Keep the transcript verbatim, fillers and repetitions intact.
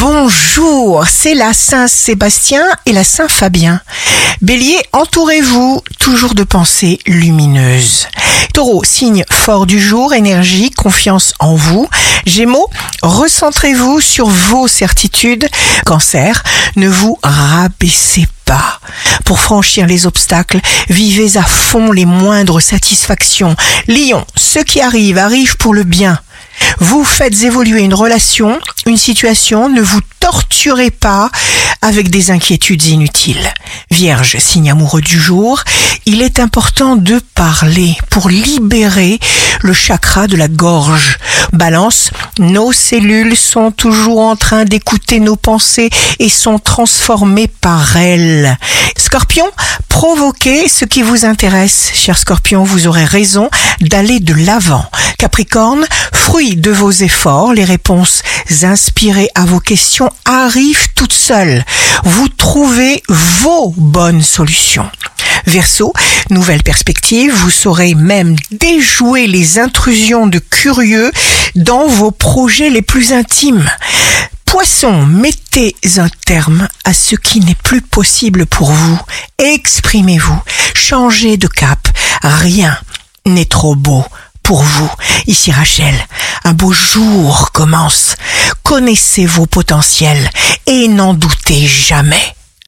Bonjour, c'est la Saint-Sébastien et la Saint-Fabien. Bélier, entourez-vous toujours de pensées lumineuses. Taureau, signe fort du jour, énergie, confiance en vous. Gémeaux, recentrez-vous sur vos certitudes. Cancer, ne vous rabaissez pas. Pour franchir les obstacles, vivez à fond les moindres satisfactions. Lion, ce qui arrive arrive pour le bien. Vous faites évoluer une relation, une situation, ne vous torturez pas avec des inquiétudes inutiles. Vierge, signe amoureux du jour, il est important de parler pour libérer le chakra de la gorge. Balance, nos cellules sont toujours en train d'écouter nos pensées et sont transformées par elles. Scorpion, provoquez ce qui vous intéresse. Cher Scorpion, vous aurez raison d'aller de l'avant. Capricorne, fruit de vos efforts, les réponses inspirées à vos questions arrivent toutes seules. Vous trouvez vos bonnes solutions. Verseau, nouvelle perspective, vous saurez même déjouer les intrusions de curieux dans vos projets les plus intimes. Poisson, mettez un terme à ce qui n'est plus possible pour vous. Exprimez-vous, changez de cap, rien n'est trop beau pour vous. Ici Rachel, un beau jour commence. Connaissez vos potentiels et n'en doutez jamais.